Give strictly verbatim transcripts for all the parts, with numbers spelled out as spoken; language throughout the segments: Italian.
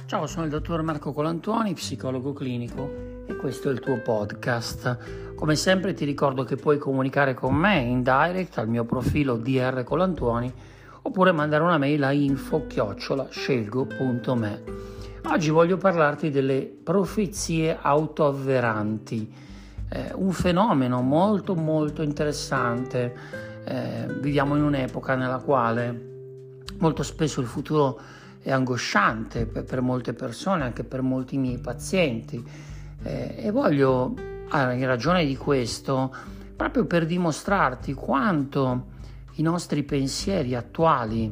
Ciao, sono il dottor Marco Colantuoni, psicologo clinico, e questo è il tuo podcast. Come sempre ti ricordo che puoi comunicare con me in direct al mio profilo D R Colantuoni oppure mandare una mail a info chiocciola scelgo punto me. Oggi voglio parlarti delle profezie autoavveranti, eh, un fenomeno molto molto interessante. Eh, viviamo in un'epoca nella quale molto spesso il futuro è angosciante per, per molte persone, anche per molti miei pazienti, eh, e voglio, ah, in ragione di questo, proprio per dimostrarti quanto i nostri pensieri attuali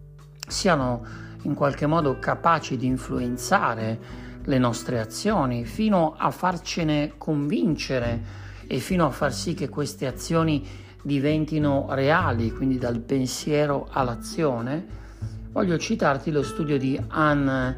siano in qualche modo capaci di influenzare le nostre azioni, fino a farcene convincere e fino a far sì che queste azioni diventino reali, quindi dal pensiero all'azione. Voglio citarti lo studio di Anne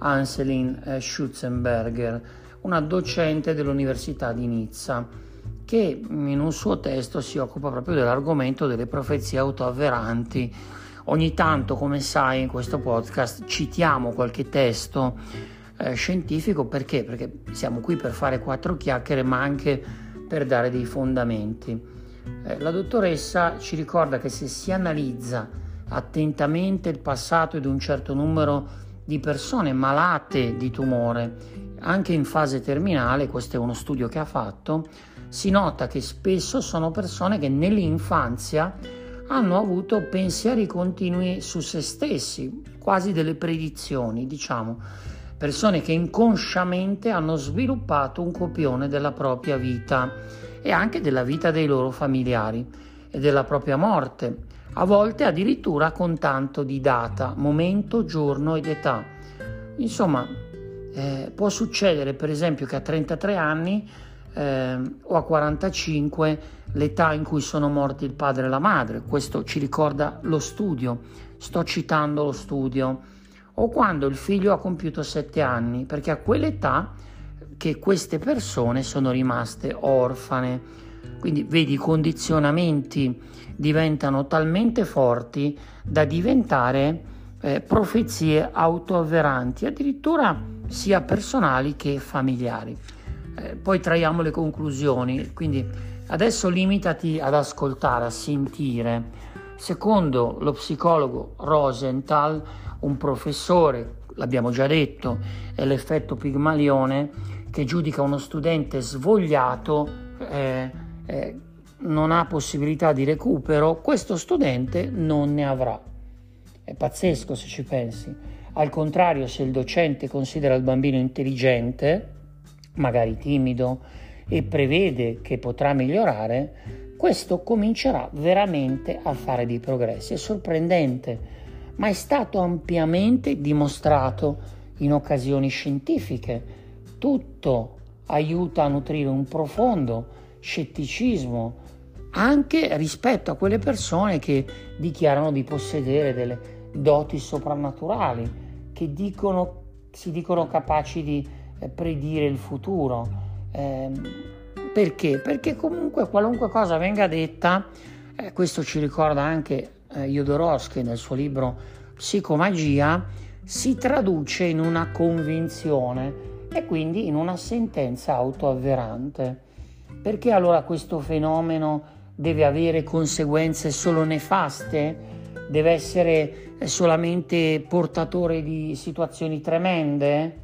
Anselin Schutzenberger, una docente dell'Università di Nizza, che in un suo testo si occupa proprio dell'argomento delle profezie autoavveranti. Ogni tanto, come sai, in questo podcast citiamo qualche testo eh, scientifico. Perché? Perché siamo qui per fare quattro chiacchiere, ma anche per dare dei fondamenti. Eh, la dottoressa ci ricorda che se si analizza attentamente il passato di un certo numero di persone malate di tumore, anche in fase terminale, questo è uno studio che ha fatto, si nota che spesso sono persone che nell'infanzia hanno avuto pensieri continui su se stessi, quasi delle predizioni, diciamo, persone che inconsciamente hanno sviluppato un copione della propria vita e anche della vita dei loro familiari e della propria morte, a volte addirittura con tanto di data, momento, giorno ed età. Insomma, eh, può succedere per esempio che a trentatré anni eh, o a quarantacinque l'età in cui sono morti il padre e la madre, questo ci ricorda lo studio, sto citando lo studio, o quando il figlio ha compiuto sette anni, perché a quell'età che queste persone sono rimaste orfane. Quindi vedi, i condizionamenti diventano talmente forti da diventare eh, profezie autoavveranti, addirittura sia personali che familiari. Eh, poi traiamo le conclusioni, quindi adesso limitati ad ascoltare, a sentire. Secondo lo psicologo Rosenthal, un professore, l'abbiamo già detto, è l'effetto Pigmalione, che giudica uno studente svogliato, eh, eh, non ha possibilità di recupero, questo studente non ne avrà. È pazzesco se ci pensi. Al contrario, se il docente considera il bambino intelligente, magari timido, e prevede che potrà migliorare, questo comincerà veramente a fare dei progressi. È sorprendente, ma è stato ampiamente dimostrato in occasioni scientifiche. Tutto aiuta a nutrire un profondo scetticismo anche rispetto a quelle persone che dichiarano di possedere delle doti soprannaturali, che dicono, si dicono capaci di eh, predire il futuro. Eh, perché? Perché comunque qualunque cosa venga detta, eh, questo ci ricorda anche eh, Jodorowsky nel suo libro Psicomagia, si traduce in una convinzione e quindi in una sentenza autoavverante. Perché allora questo fenomeno deve avere conseguenze solo nefaste? Deve essere solamente portatore di situazioni tremende?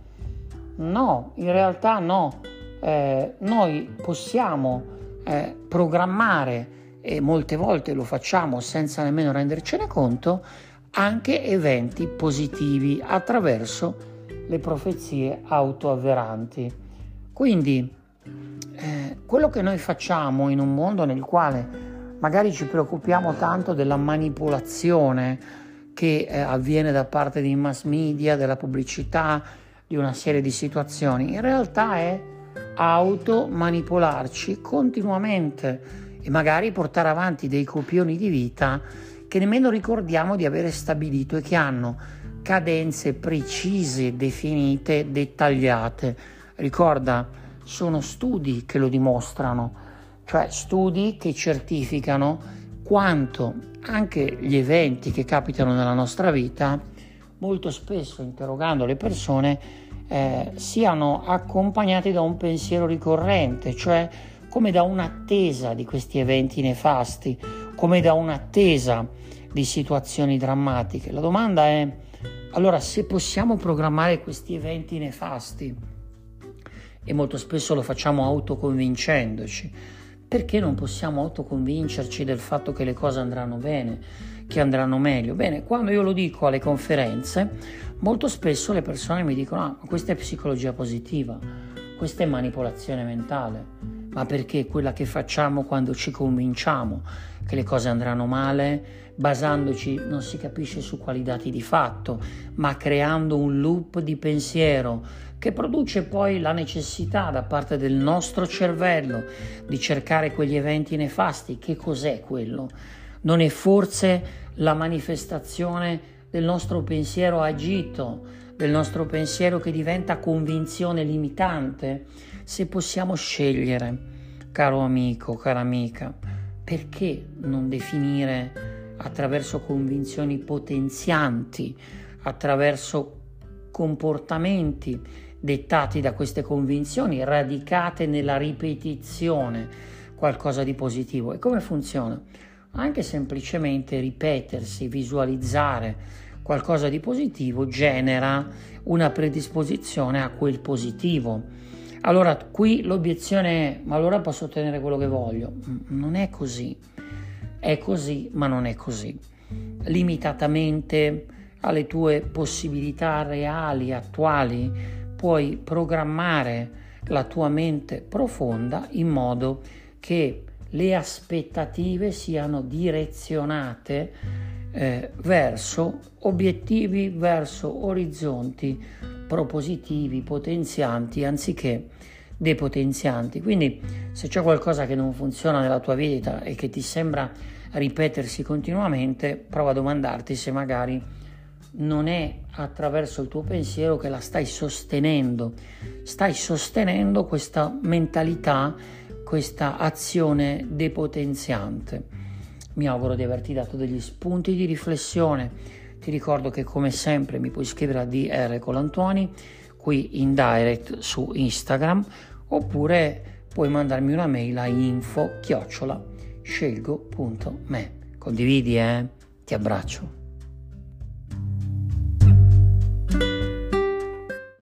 No, in realtà no. Eh, noi possiamo eh, programmare, e molte volte lo facciamo senza nemmeno rendercene conto, anche eventi positivi attraverso le profezie autoavveranti. Quindi Eh, quello che noi facciamo in un mondo nel quale magari ci preoccupiamo tanto della manipolazione che eh, avviene da parte dei mass media, della pubblicità, di una serie di situazioni, in realtà è automanipolarci continuamente e magari portare avanti dei copioni di vita che nemmeno ricordiamo di avere stabilito e che hanno cadenze precise, definite, dettagliate. Ricorda, sono studi che lo dimostrano, cioè studi che certificano quanto anche gli eventi che capitano nella nostra vita molto spesso interrogando le persone eh, siano accompagnati da un pensiero ricorrente, cioè come da un'attesa di questi eventi nefasti, come da un'attesa di situazioni drammatiche. La domanda è: allora, se possiamo programmare questi eventi nefasti, e molto spesso lo facciamo autoconvincendoci, perché non possiamo autoconvincerci del fatto che le cose andranno bene, che andranno meglio? Bene, quando io lo dico alle conferenze, molto spesso le persone mi dicono: ah, ma questa è psicologia positiva, questa è manipolazione mentale. Ma perché quella che facciamo quando ci convinciamo che le cose andranno male, basandoci non si capisce su quali dati di fatto, ma creando un loop di pensiero che produce poi la necessità da parte del nostro cervello di cercare quegli eventi nefasti. Che cos'è quello? Non è forse la manifestazione del nostro pensiero agito, del nostro pensiero che diventa convinzione limitante? Se possiamo scegliere, caro amico, cara amica, perché non definire attraverso convinzioni potenzianti, attraverso comportamenti dettati da queste convinzioni, radicate nella ripetizione, qualcosa di positivo? E come funziona? Anche semplicemente ripetersi, visualizzare qualcosa di positivo genera una predisposizione a quel positivo. Allora qui l'obiezione è: ma allora posso ottenere quello che voglio? Non è così, è così ma non è così. Limitatamente alle tue possibilità reali, attuali, puoi programmare la tua mente profonda in modo che le aspettative siano direzionate eh, verso obiettivi, verso orizzonti propositivi, potenzianti, anziché depotenzianti. Quindi se c'è qualcosa che non funziona nella tua vita e che ti sembra ripetersi continuamente, prova a domandarti se magari non è attraverso il tuo pensiero che la stai sostenendo, stai sostenendo questa mentalità, questa azione depotenziante. Mi auguro di averti dato degli spunti di riflessione. Ti ricordo che come sempre mi puoi scrivere a D R Colantuoni qui in direct su Instagram, oppure puoi mandarmi una mail a info chiocciola scelgo punto me. Condividi, eh? Ti abbraccio.